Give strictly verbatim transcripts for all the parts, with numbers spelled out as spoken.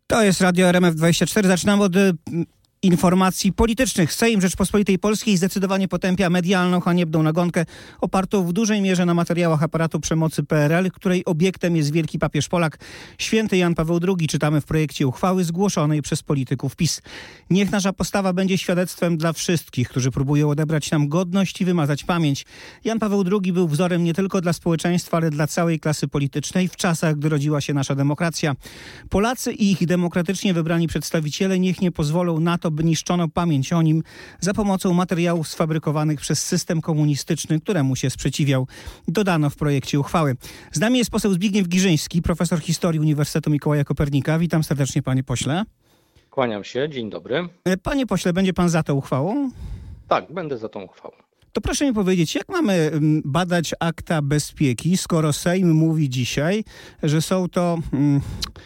To jest Radio R M F dwadzieścia cztery. Zaczynamy od y, informacji politycznych. Sejm Rzeczpospolitej Polskiej zdecydowanie potępia medialną haniebną nagonkę opartą w dużej mierze na materiałach aparatu przemocy P R L, której obiektem jest wielki papież Polak, święty Jan Paweł drugi, czytamy w projekcie uchwały zgłoszonej przez polityków PiS. Niech nasza postawa będzie świadectwem dla wszystkich, którzy próbują odebrać nam godność i wymazać pamięć. Jan Paweł drugi był wzorem nie tylko dla społeczeństwa, ale dla całej klasy politycznej w czasach, gdy rodziła się nasza demokracja. Polacy i ich demokratycznie wybrani przedstawiciele niech nie pozwolą na to, by niszczono pamięć o nim za pomocą materiałów sfabrykowanych przez system komunistyczny, któremu się sprzeciwiał. Dodano w projekcie uchwały. Z nami jest poseł Zbigniew Giżyński, profesor historii Uniwersytetu Mikołaja Kopernika. Witam serdecznie, panie pośle. Kłaniam się, dzień dobry. Panie pośle, będzie pan za tą uchwałą? Tak, będę za tą uchwałą. To proszę mi powiedzieć, jak mamy badać akta bezpieki, skoro Sejm mówi dzisiaj, że są to um,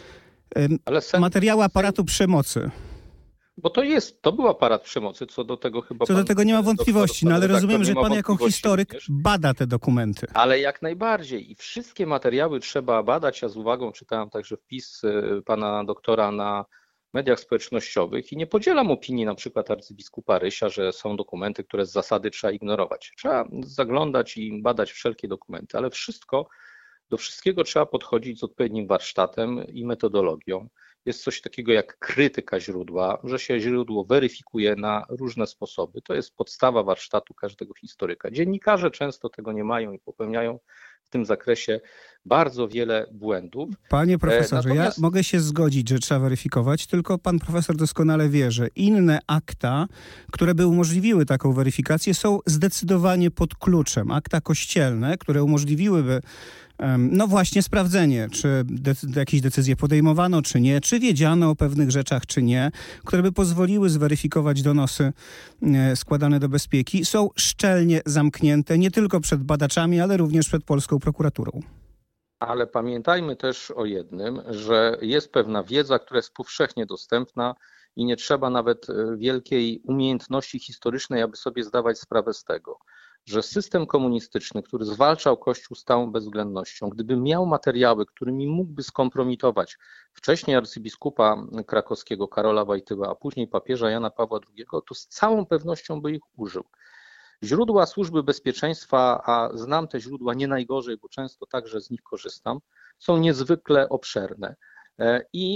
um, sen... materiały aparatu przemocy? Bo to jest, to był aparat przemocy, co do tego chyba... Co do tego nie ma wątpliwości, no ale rozumiem, że pan jako historyk również bada te dokumenty. Ale jak najbardziej i wszystkie materiały trzeba badać. Ja z uwagą czytałem także wpis pana doktora na mediach społecznościowych i nie podzielam opinii na przykład arcybiskupa Rysia, że są dokumenty, które z zasady trzeba ignorować. Trzeba zaglądać i badać wszelkie dokumenty, ale wszystko, do wszystkiego trzeba podchodzić z odpowiednim warsztatem i metodologią. Jest coś takiego jak krytyka źródła, że się źródło weryfikuje na różne sposoby. To jest podstawa warsztatu każdego historyka. Dziennikarze często tego nie mają i popełniają w tym zakresie bardzo wiele błędów. Panie profesorze, Natomiast... ja mogę się zgodzić, że trzeba weryfikować, tylko pan profesor doskonale wie, że inne akta, które by umożliwiły taką weryfikację, są zdecydowanie pod kluczem. Akta kościelne, które umożliwiłyby no właśnie sprawdzenie, czy de- jakieś decyzje podejmowano, czy nie, czy wiedziano o pewnych rzeczach, czy nie, które by pozwoliły zweryfikować donosy składane do bezpieki, są szczelnie zamknięte nie tylko przed badaczami, ale również przed polską prokuraturą. Ale pamiętajmy też o jednym, że jest pewna wiedza, która jest powszechnie dostępna i nie trzeba nawet wielkiej umiejętności historycznej, aby sobie zdawać sprawę z tego, że system komunistyczny, który zwalczał Kościół z całą bezwzględnością, gdyby miał materiały, którymi mógłby skompromitować wcześniej arcybiskupa krakowskiego Karola Wojtyłę, a później papieża Jana Pawła drugiego, to z całą pewnością by ich użył. Źródła Służby Bezpieczeństwa, a znam te źródła nie najgorzej, bo często także z nich korzystam, są niezwykle obszerne. I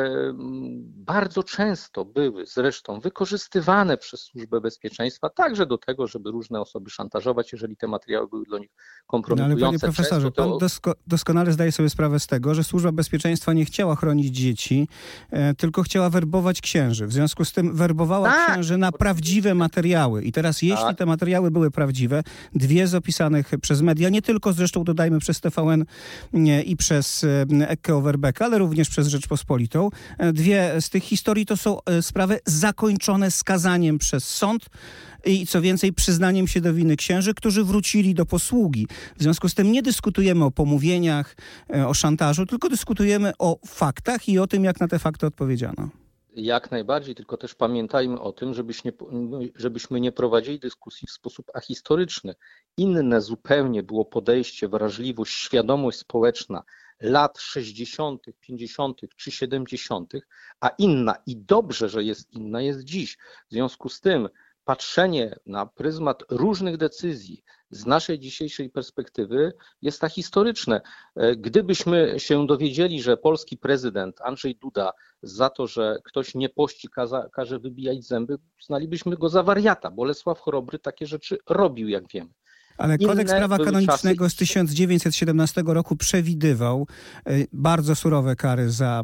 bardzo często były zresztą wykorzystywane przez Służbę Bezpieczeństwa także do tego, żeby różne osoby szantażować, jeżeli te materiały były dla nich kompromitujące. No ale panie profesorze, to... pan dosko- doskonale zdaje sobie sprawę z tego, że Służba Bezpieczeństwa nie chciała chronić dzieci, e, tylko chciała werbować księży. W związku z tym werbowała tak, księży na prawdziwe materiały. I teraz jeśli tak. te materiały były prawdziwe, dwie z opisanych przez media, nie tylko zresztą dodajmy przez T V N nie, i przez e, Ecke Overbecka, ale również przez Rzeczpospolitą. Dwie z tych historii to są sprawy zakończone skazaniem przez sąd i co więcej przyznaniem się do winy księży, którzy wrócili do posługi. W związku z tym nie dyskutujemy o pomówieniach, o szantażu, tylko dyskutujemy o faktach i o tym, jak na te fakty odpowiedziano. Jak najbardziej, tylko też pamiętajmy o tym, żebyśmy, żebyśmy nie prowadzili dyskusji w sposób ahistoryczny. Inne zupełnie było podejście, wrażliwość, świadomość społeczna lat sześćdziesiątych, pięćdziesiątych czy siedemdziesiątych, a inna i dobrze, że jest inna, jest dziś. W związku z tym patrzenie na pryzmat różnych decyzji z naszej dzisiejszej perspektywy jest tak historyczne. Gdybyśmy się dowiedzieli, że polski prezydent Andrzej Duda za to, że ktoś nie pości, każe, każe wybijać zęby, uznalibyśmy go za wariata. Bolesław Chrobry takie rzeczy robił, jak wiemy. Ale kodeks prawa kanonicznego z tysiąc dziewięćset siedemnastego roku przewidywał bardzo surowe kary za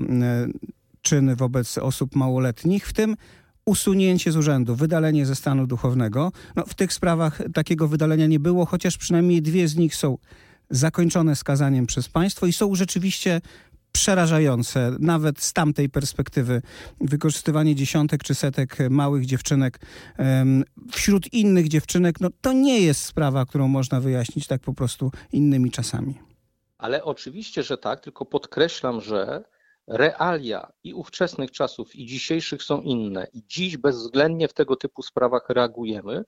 czyny wobec osób małoletnich, w tym usunięcie z urzędu, wydalenie ze stanu duchownego. No, w tych sprawach takiego wydalenia nie było, chociaż przynajmniej dwie z nich są zakończone skazaniem przez państwo i są rzeczywiście przerażające, nawet z tamtej perspektywy. Wykorzystywanie dziesiątek czy setek małych dziewczynek um, wśród innych dziewczynek, no to nie jest sprawa, którą można wyjaśnić tak po prostu innymi czasami. Ale oczywiście, że tak, tylko podkreślam, że realia i ówczesnych czasów, i dzisiejszych są inne. I dziś bezwzględnie w tego typu sprawach reagujemy.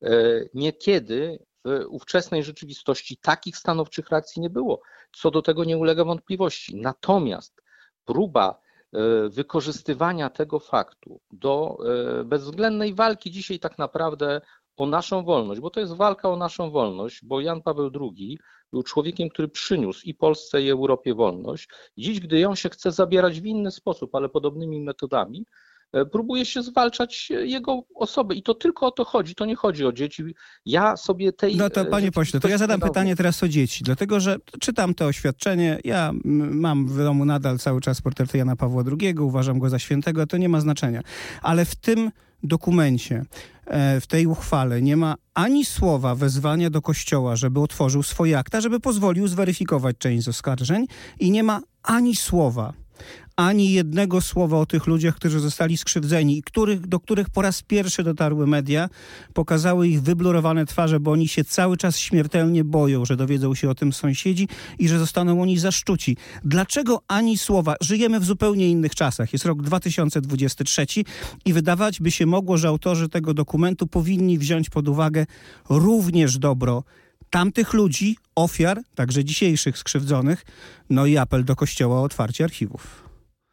Niekiedy w ówczesnej rzeczywistości takich stanowczych reakcji nie było. Co do tego nie ulega wątpliwości. Natomiast próba wykorzystywania tego faktu do bezwzględnej walki dzisiaj tak naprawdę o naszą wolność, bo to jest walka o naszą wolność, bo Jan Paweł drugi był człowiekiem, który przyniósł i Polsce, i Europie wolność. Dziś, gdy ją się chce zabierać w inny sposób, ale podobnymi metodami, próbuje się zwalczać jego osobę i to tylko o to chodzi, to nie chodzi o dzieci. Ja sobie tej... No to panie pośle, to ja zadam pytanie teraz o dzieci, dlatego że czytam to oświadczenie, ja mam w domu nadal cały czas portret Jana Pawła drugiego, uważam go za świętego, to nie ma znaczenia, ale w tym dokumencie, w tej uchwale nie ma ani słowa wezwania do Kościoła, żeby otworzył swoje akta, żeby pozwolił zweryfikować część z oskarżeń i nie ma ani słowa, ani jednego słowa o tych ludziach, którzy zostali skrzywdzeni i których, do których po raz pierwszy dotarły media, pokazały ich wyblurowane twarze, bo oni się cały czas śmiertelnie boją, że dowiedzą się o tym sąsiedzi i że zostaną oni zaszczuci. Dlaczego ani słowa? Żyjemy w zupełnie innych czasach. Jest rok dwa tysiące dwudziesty trzeci i wydawać by się mogło, że autorzy tego dokumentu powinni wziąć pod uwagę również dobro tamtych ludzi, ofiar, także dzisiejszych skrzywdzonych, no i apel do Kościoła o otwarcie archiwów.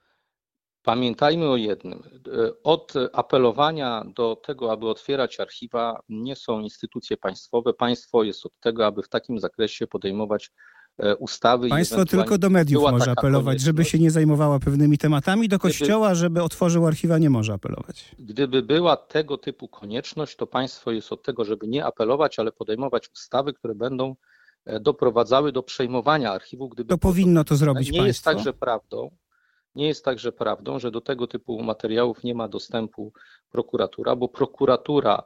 Pamiętajmy o jednym. Od apelowania do tego, aby otwierać archiwa, nie są instytucje państwowe. Państwo jest od tego, aby w takim zakresie podejmować ustawy. Państwo tylko do mediów może apelować, żeby się nie zajmowała pewnymi tematami. Do Kościoła, żeby otworzył archiwa, nie może apelować. Gdyby była tego typu konieczność, to państwo jest od tego, żeby nie apelować, ale podejmować ustawy, które będą doprowadzały do przejmowania archiwów. Gdyby to powinno to zrobić nie państwo? Jest także prawdą, nie jest także prawdą, że do tego typu materiałów nie ma dostępu prokuratura, bo prokuratura,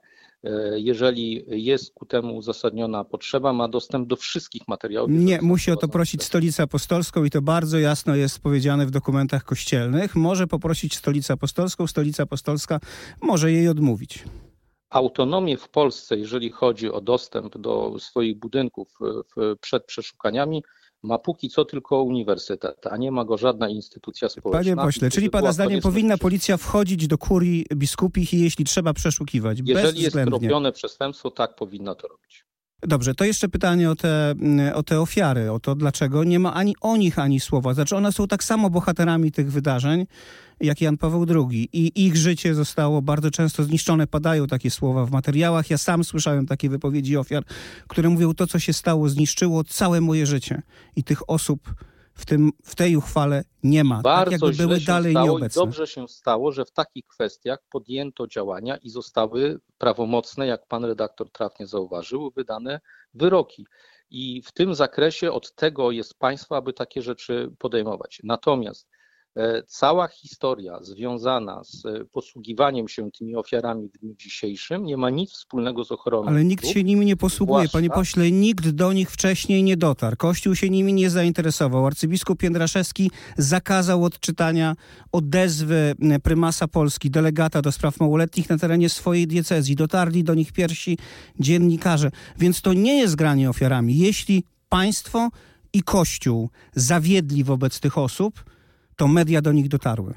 jeżeli jest ku temu uzasadniona potrzeba, ma dostęp do wszystkich materiałów. Nie, musi o to prosić Stolicę Apostolską i to bardzo jasno jest powiedziane w dokumentach kościelnych. Może poprosić Stolicę Apostolską, Stolica Apostolska może jej odmówić. Autonomię w Polsce, jeżeli chodzi o dostęp do swoich budynków przed przeszukaniami, ma póki co tylko uniwersytet, a nie ma go żadna instytucja społeczna. Panie pośle, czyli pana zdaniem powinna policja wchodzić do kurii biskupich i jeśli trzeba przeszukiwać, jeżeli jest robione przestępstwo, tak powinna to robić. Dobrze, to jeszcze pytanie o te, o te ofiary, o to dlaczego nie ma ani o nich ani słowa. Znaczy one są tak samo bohaterami tych wydarzeń, jak Jan Paweł drugi i ich życie zostało bardzo często zniszczone. Padają takie słowa w materiałach. Ja sam słyszałem takie wypowiedzi ofiar, które mówią, to co się stało zniszczyło całe moje życie i tych osób w, tym, w tej uchwale nie ma. Bardzo tak jakby źle były się dalej stało nieobecne. I dobrze się stało, że w takich kwestiach podjęto działania i zostały prawomocne, jak pan redaktor trafnie zauważył, wydane wyroki. I w tym zakresie od tego jest państwo, aby takie rzeczy podejmować. Natomiast cała historia związana z posługiwaniem się tymi ofiarami w dniu dzisiejszym nie ma nic wspólnego z ochroną. Ale nikt się nimi nie posługuje, zwłaszcza... panie pośle, nikt do nich wcześniej nie dotarł. Kościół się nimi nie zainteresował. Arcybiskup Jędraszewski zakazał odczytania odezwy prymasa Polski, delegata do spraw małoletnich na terenie swojej diecezji. Dotarli do nich pierwsi dziennikarze. Więc to nie jest granie ofiarami. Jeśli państwo i Kościół zawiedli wobec tych osób, to media do nich dotarły.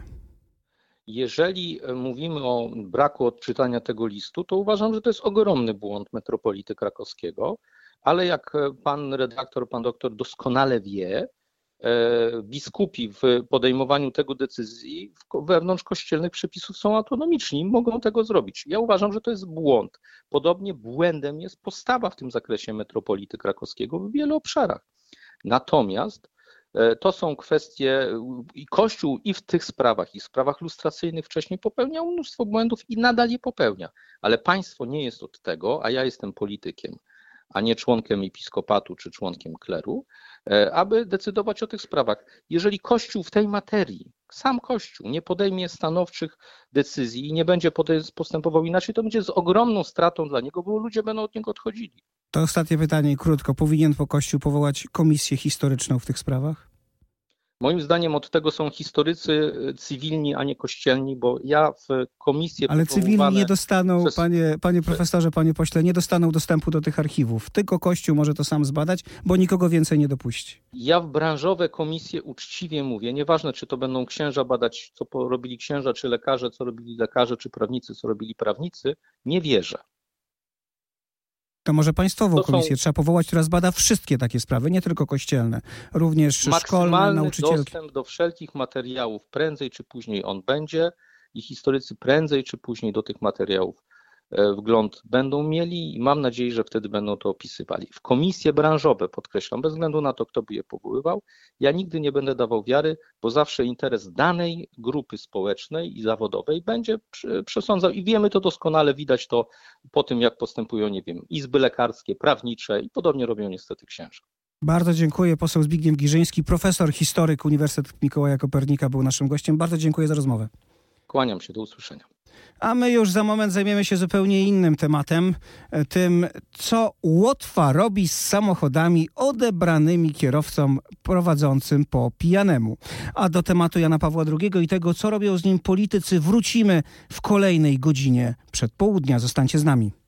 Jeżeli mówimy o braku odczytania tego listu, to uważam, że to jest ogromny błąd metropolity krakowskiego, ale jak pan redaktor, pan doktor doskonale wie, biskupi w podejmowaniu tego decyzji wewnątrz kościelnych przepisów są autonomiczni, mogą tego zrobić. Ja uważam, że to jest błąd. Podobnie błędem jest postawa w tym zakresie metropolity krakowskiego w wielu obszarach. Natomiast to są kwestie i Kościół i w tych sprawach, i w sprawach lustracyjnych wcześniej popełniał mnóstwo błędów i nadal je popełnia. Ale państwo nie jest od tego, a ja jestem politykiem, a nie członkiem episkopatu czy członkiem kleru, aby decydować o tych sprawach. Jeżeli Kościół w tej materii, sam Kościół nie podejmie stanowczych decyzji i nie będzie postępował inaczej, to będzie z ogromną stratą dla niego, bo ludzie będą od niego odchodzili. To ostatnie pytanie i krótko. Powinien po Kościół powołać komisję historyczną w tych sprawach? Moim zdaniem od tego są historycy cywilni, a nie kościelni, bo ja w komisję Ale cywilni nie dostaną, przez... panie, panie profesorze, panie pośle, nie dostaną dostępu do tych archiwów. Tylko Kościół może to sam zbadać, bo nikogo więcej nie dopuści. Ja w branżowe komisje uczciwie mówię, nieważne czy to będą księża badać, co robili księża, czy lekarze, co robili lekarze, czy prawnicy, co robili prawnicy, nie wierzę. To może państwową To są- komisję trzeba powołać, która zbada wszystkie takie sprawy, nie tylko kościelne, również szkolne, Maksymalny nauczycielki. dostęp do wszelkich materiałów prędzej czy później on będzie i historycy prędzej czy później do tych materiałów e, wgląd będą mieli i mam nadzieję, że wtedy będą to opisywali. W komisje branżowe, podkreślam, bez względu na to, kto by je powoływał, ja nigdy nie będę dawał wiary, bo zawsze interes danej grupy społecznej i zawodowej będzie przy- przesądzał i wiemy to doskonale, widać to po tym, jak postępują, nie wiem, izby lekarskie, prawnicze i podobnie robią niestety księża. Bardzo dziękuję. Poseł Zbigniew Giżyński, profesor, historyk Uniwersytet Mikołaja Kopernika był naszym gościem. Bardzo dziękuję za rozmowę. Kłaniam się, do usłyszenia. A my już za moment zajmiemy się zupełnie innym tematem, tym co Łotwa robi z samochodami odebranymi kierowcom prowadzącym po pijanemu. A do tematu Jana Pawła drugiego i tego, co robią z nim politycy, wrócimy w kolejnej godzinie przedpołudnia. Zostańcie z nami.